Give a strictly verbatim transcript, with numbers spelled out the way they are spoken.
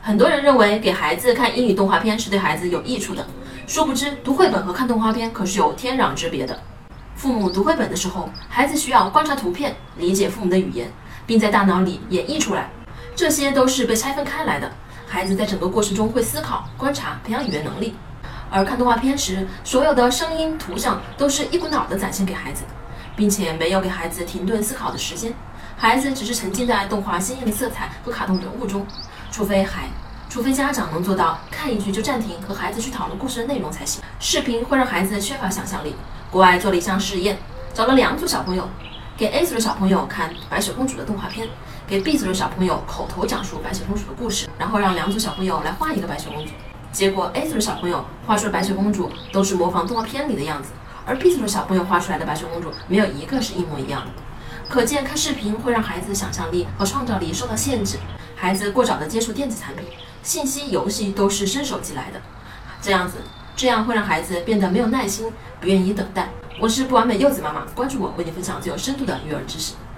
很多人认为给孩子看英语动画片是对孩子有益处的，殊不知读绘本和看动画片可是有天壤之别的。父母读绘本的时候，孩子需要观察图片，理解父母的语言，并在大脑里演绎出来，这些都是被拆分开来的。孩子在整个过程中会思考、观察，培养语言能力。而看动画片时，所有的声音、图像都是一股脑地展现给孩子，并且没有给孩子停顿思考的时间。孩子只是沉浸在动画鲜艳的色彩和卡通人物中，除非孩，除非家长能做到看一句就暂停，和孩子去讨论故事的内容才行。视频会让孩子缺乏想象力。国外做了一项试验，找了两组小朋友，给 A 组的小朋友看白雪公主的动画片，给 B 组的小朋友口头讲述白雪公主的故事，然后让两组小朋友来画一个白雪公主。结果 A 组的小朋友画出的白雪公主都是模仿动画片里的样子，而 B 组的小朋友画出来的白雪公主没有一个是一模一样的。可见看视频会让孩子想象力和创造力受到限制，孩子过早的接触电子产品，信息、游戏都是伸手即来的，这样子，这样会让孩子变得没有耐心，不愿意等待。我是不完美柚子妈妈，关注我，为你分享最有深度的育儿知识。